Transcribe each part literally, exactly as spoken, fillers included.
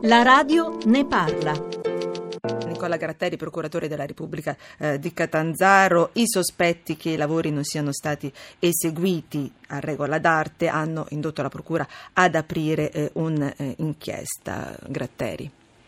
La radio ne parla. Nicola Gratteri, procuratore della Repubblica eh, di Catanzaro. I sospetti che i lavori non siano stati eseguiti a regola d'arte hanno indotto la procura ad aprire eh, un'inchiesta. Eh, Gratteri.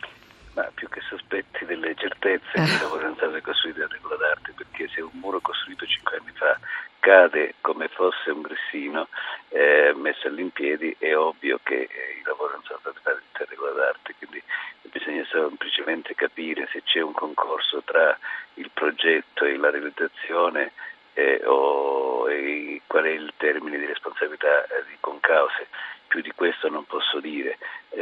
Ma più che sospetti, delle certezze che i lavori sono stati costruiti a regola d'arte, perché se un muro costruito cinque anni fa cade come fosse un grissino eh, messo all'impiedi, è ovvio che eh, i lavori non sono stati fatti a regola d'arte, quindi bisogna semplicemente capire se c'è un concorso tra il progetto e la realizzazione eh, o e qual è il termine di responsabilità eh, di concause. Più di questo non posso dire.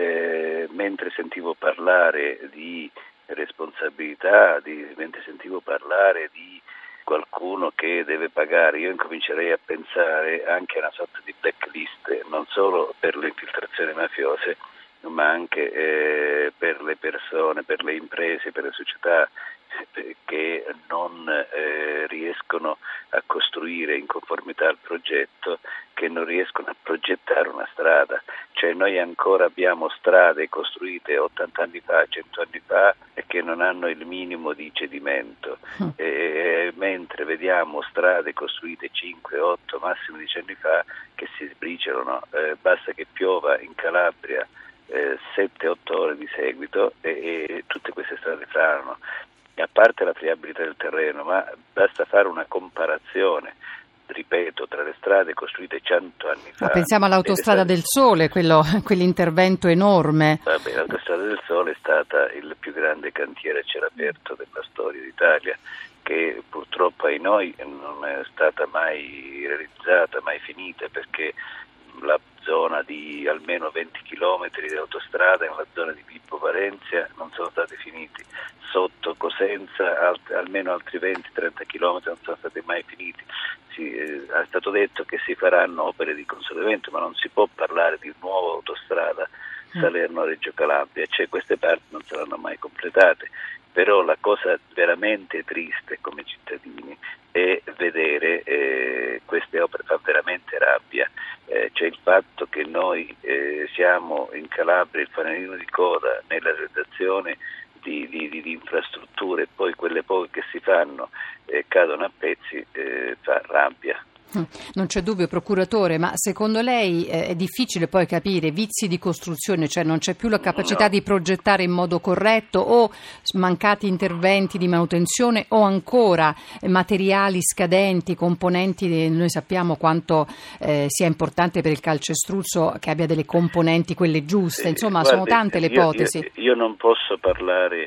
Eh, mentre sentivo parlare di responsabilità, di, mentre sentivo parlare di qualcuno che deve pagare, io incomincerei a pensare anche a una sorta di blacklist, non solo per le infiltrazioni mafiose, ma anche eh, per le persone, per le imprese, per le società eh, che non eh, riescono a costruire in conformità al progetto, che non riescono a progettare una strada. Cioè noi ancora abbiamo strade costruite ottanta anni fa, cento anni fa e che non hanno il minimo di cedimento, mm. e, mentre vediamo strade costruite cinque, otto, massimo dieci anni fa che si sbriciolano. Eh, basta che piova in Calabria Eh, sette otto ore di seguito e, e tutte queste strade franano, a parte la friabilità del terreno, ma basta fare una comparazione, ripeto, tra le strade costruite cento anni fa. Ma pensiamo all'Autostrada strade... del Sole, quello, quell'intervento enorme. Vabbè, l'Autostrada del Sole è stata il più grande cantiere a cielo aperto della storia d'Italia, che purtroppo ai noi non è stata mai realizzata, mai finita, perché la zona di almeno venti chilometri di autostrada nella zona di Pippo Varenzia non sono stati finiti, sotto Cosenza alt- almeno altri venti trenta chilometri non sono stati mai finiti. Si, eh, è stato detto che si faranno opere di consolidamento, ma non si può parlare di nuova autostrada Salerno-Reggio Calabria, cioè queste parti non saranno mai completate. Però la cosa veramente triste come cittadini è vedere eh, queste opere, fa veramente rabbia. Eh, c'è il fatto che noi eh, siamo in Calabria il fanalino di coda nella realizzazione di, di, di, di infrastrutture, e poi quelle poche che si fanno eh, cadono a pezzi, eh, fa rabbia. Non c'è dubbio, procuratore, ma secondo lei eh, è difficile poi capire vizi di costruzione, cioè non c'è più la capacità no. di progettare in modo corretto, o mancati interventi di manutenzione, o ancora eh, materiali scadenti, componenti, noi sappiamo quanto eh, sia importante per il calcestruzzo che abbia delle componenti quelle giuste, sì, insomma guardi, sono tante le io, ipotesi. Io, io non posso parlare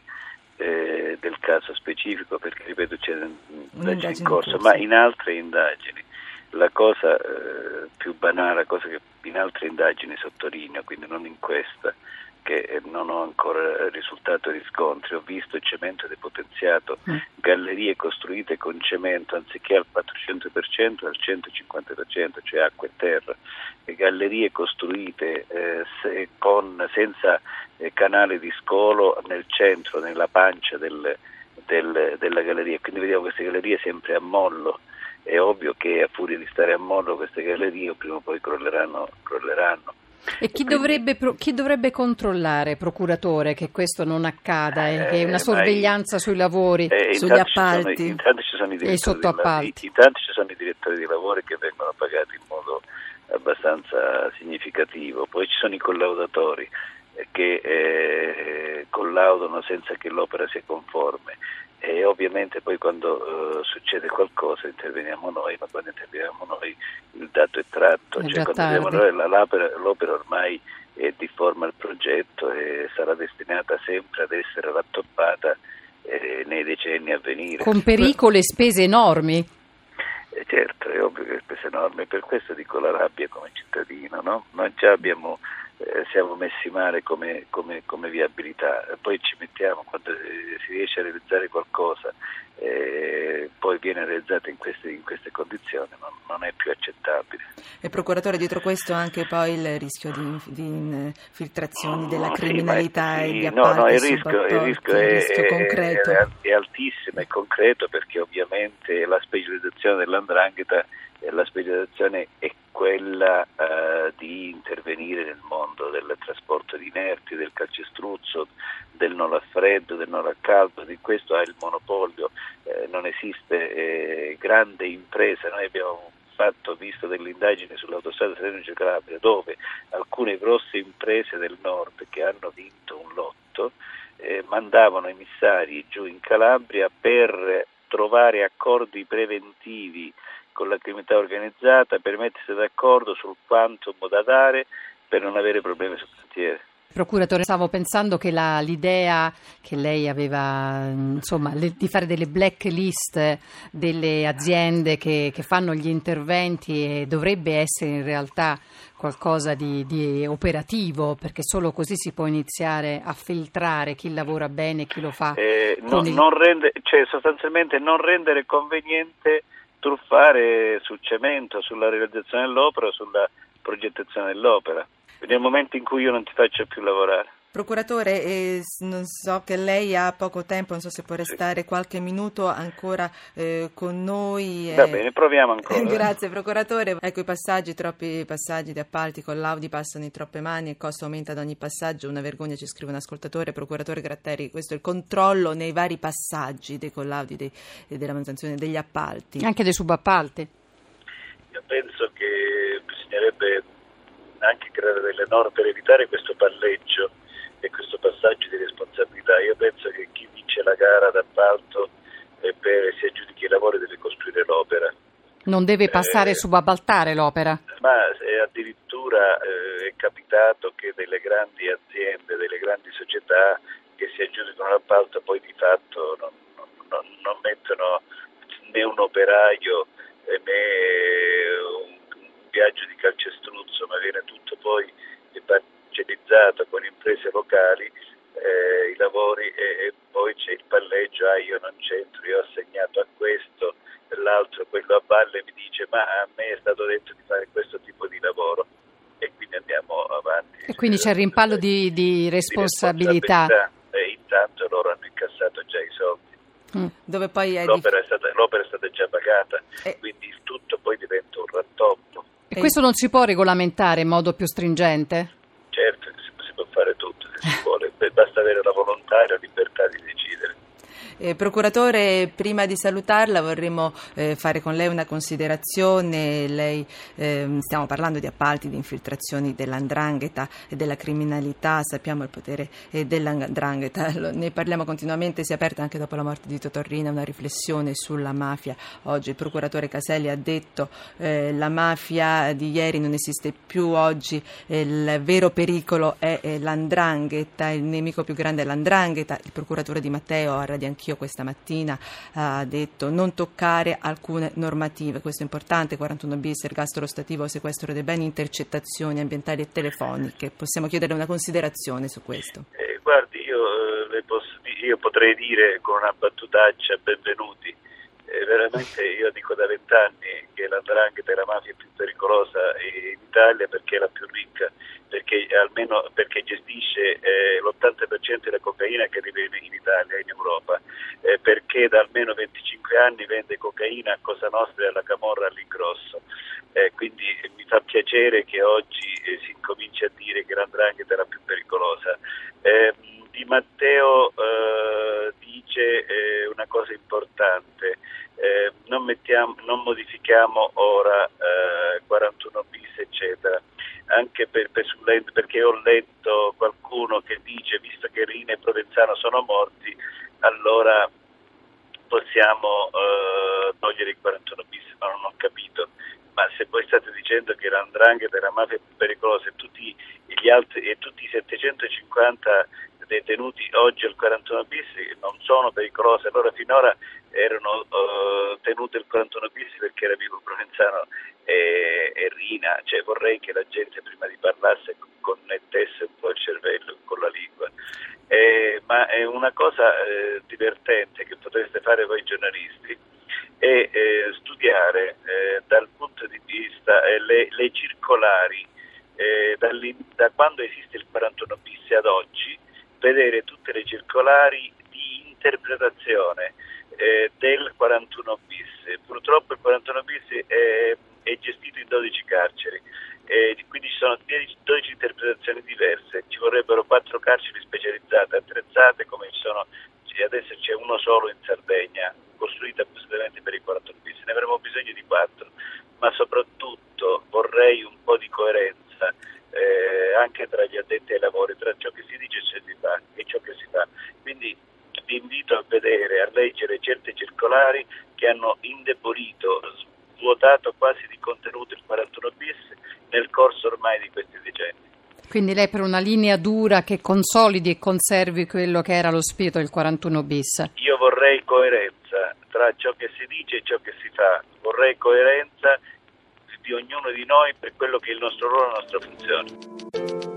eh, del caso specifico perché, ripeto, c'è un'indagine in corso, ma in altre indagini la cosa eh, più banale, la cosa che in altre indagini sottolineo, quindi non in questa, che non ho ancora risultato e riscontri, ho visto il cemento depotenziato, mm. gallerie costruite con cemento anziché al quattrocento per cento al centocinquanta per cento, cioè acqua e terra, e gallerie costruite eh, se, con, senza eh, canale di scolo nel centro, nella pancia del, del, della galleria, quindi vediamo queste gallerie sempre a mollo. È ovvio che a furia di stare a mollo queste gallerie prima o poi crolleranno. crolleranno. E chi, e dovrebbe, quindi, chi dovrebbe controllare, procuratore, che questo non accada, eh, che una sorveglianza i, sui lavori, eh, sugli appalti intanto ci sono i e i sottoappalti? Intanto ci sono i direttori di lavori che vengono pagati in modo abbastanza significativo, poi ci sono i collaudatori eh, che eh, collaudano senza che l'opera sia conforme. E ovviamente poi quando uh, succede qualcosa interveniamo noi, ma quando interveniamo noi il dato è tratto, è cioè quando noi, l'opera, l'opera ormai è difforme al progetto e sarà destinata sempre ad essere rattoppata eh, nei decenni a venire. Con pericoli e spese enormi? Eh, certo, è ovvio che spese enormi, per questo dico la rabbia come cittadino, no? Noi già abbiamo Eh, siamo messi male come, come, come viabilità, poi ci mettiamo quando eh, si riesce a realizzare qualcosa eh, poi viene realizzata in queste, in queste condizioni, non, non è più accettabile. E procuratore, dietro questo anche poi il rischio di, di infiltrazioni no, della sì, criminalità sì, e di appalti no, no, il rischio, il rischio, è, il rischio è, concreto è, è altissimo, è concreto, perché ovviamente la specializzazione dell'andrangheta eh, la specializzazione è quella eh, di intervenire nel mondo del trasporto di inerti, del calcestruzzo, del non a freddo, del non a caldo, di questo ha il monopolio, eh, non esiste eh, grande impresa. Noi abbiamo fatto, visto delle indagini sull'autostrada Salerno-Reggio Calabria, dove alcune grosse imprese del nord che hanno vinto un lotto eh, mandavano emissari giù in Calabria per trovare accordi preventivi con la criminalità organizzata, per mettersi d'accordo sul quantum da dare per non avere problemi sul cantiere. Procuratore, stavo pensando che la, l'idea che lei aveva, insomma, le, di fare delle blacklist delle aziende che, che fanno gli interventi, e dovrebbe essere in realtà qualcosa di, di operativo, perché solo così si può iniziare a filtrare chi lavora bene e chi lo fa. Eh, no, il... non rende, cioè sostanzialmente non rendere conveniente truffare sul cemento, sulla realizzazione dell'opera o sulla progettazione dell'opera. Nel momento in cui io non ti faccio più lavorare. Procuratore, eh, non so che lei ha poco tempo, non so se può restare sì. qualche minuto ancora eh, con noi. Eh. Va bene, proviamo ancora. Grazie procuratore. Ecco i passaggi, troppi passaggi di appalti con l'Audi passano in troppe mani, il costo aumenta ad ogni passaggio, una vergogna, ci scrive un ascoltatore. Procuratore Gratteri, questo è il controllo nei vari passaggi dei colludi, dei, della manutenzione degli appalti. Anche dei subappalti. Io penso che bisognerebbe anche creare delle norme per evitare questo palleggio e questo passaggio di responsabilità. Io penso che chi vince la gara d'appalto e per si aggiudichi i lavori deve costruire l'opera. Non deve passare eh, subappaltare l'opera? Ma eh, addirittura eh, è capitato che delle grandi aziende, delle grandi società che si aggiudicano l'appalto poi di fatto non, non, non mettono né un operaio eh, né un viaggio di calcestruzzo, ma viene tutto poi parcellizzato con imprese locali, eh, i lavori e, e poi c'è il palleggio, ah io non c'entro, io ho assegnato a questo, l'altro, quello a valle mi dice ma a me è stato detto di fare questo tipo di lavoro e quindi andiamo avanti. E quindi c'è il rimpallo di, di responsabilità. Di responsabilità e intanto loro hanno incassato già i soldi. Mm. Dove poi è l'opera, dif- è stata, l'opera è stata già pagata, eh. quindi il tutto poi diventa un rattoppo. E questo non si può regolamentare in modo più stringente? Certo che si, si può fare tutto, se si vuole, basta avere la volontà e la libertà di decidere. Eh, procuratore, prima di salutarla vorremmo eh, fare con lei una considerazione. Lei, eh, stiamo parlando di appalti, di infiltrazioni dell'andrangheta e della criminalità, sappiamo il potere eh, dell'andrangheta, Lo, ne parliamo continuamente, si è aperta anche dopo la morte di Totò Riina una riflessione sulla mafia. Oggi il procuratore Caselli ha detto eh, la mafia di ieri non esiste più, oggi eh, il vero pericolo è eh, l'andrangheta, il nemico più grande è l'andrangheta. Il procuratore Di Matteo a Radio Anch'io questa mattina ha detto non toccare alcune normative, questo è importante, quarantuno bis, ergastolo stativo, sequestro dei beni, intercettazioni ambientali e telefoniche. Possiamo chiedere una considerazione su questo? Eh, guardi, io, eh, le posso, io potrei dire con una battutaccia benvenuti, eh, veramente io dico da vent'anni che l'andrangheta è la mafia più pericolosa in Italia perché è la più ricca, perché almeno perché gestisce eh, l'ottanta per cento della cocaina che arriva in Italia, in Europa, eh, perché da almeno venticinque anni vende cocaina a Cosa Nostra e alla Camorra all'ingrosso. Eh, quindi eh, mi fa piacere che oggi eh, si incominci a dire che l'andrangheta è la più pericolosa. Eh, Di Matteo eh, dice eh, una cosa importante, eh, non, mettiamo, non modifichiamo ora eh, quarantuno bis eccetera, anche per, per, perché ho letto qualcuno che dice visto che Riina e Provenzano sono morti allora possiamo eh, togliere il quarantuno bis, ma non ho capito. Ma se voi state dicendo che l'andrangheta è la mafia più pericolosa e tutti gli altri e tutti i settecentocinquanta detenuti oggi al quarantuno bis non sono pericolosi, allora finora erano uh, tenute il quarantuno bis perché era vivo Provenzano e, e Riina, cioè vorrei che la gente prima di parlasse connettesse un po' il cervello con la lingua. Eh, ma è una cosa eh, divertente che potreste fare voi giornalisti è eh, studiare eh, dal punto di vista eh, le, le circolari eh, da quando esiste il quarantuno bis ad oggi, vedere tutte le circolari di interpretazione eh, del quarantuno bis. Purtroppo il quarantuno bis è, è gestito in dodici carceri, eh, quindi ci sono dodici interpretazioni diverse. Ci vorrebbero quattro carceri specializzate, attrezzate, come ci sono, adesso c'è uno solo in Sardegna, costruito appositamente per il quarantuno bis. Ne avremo bisogno di quattro, ma soprattutto vorrei un po' di coerenza eh, anche tra gli addetti ai lavori, tra ciò che si dice e ciò che si fa, e ciò che si fa. Quindi vi invito a vedere, a leggere certe circolari che hanno indebolito, svuotato quasi di contenuto il quarantuno bis nel corso ormai di questi decenni. Quindi lei per una linea dura che consolidi e conservi quello che era lo spirito del quarantuno bis. Io vorrei coerenza tra ciò che si dice e ciò che si fa, vorrei coerenza di ognuno di noi per quello che è il nostro ruolo e la nostra funzione.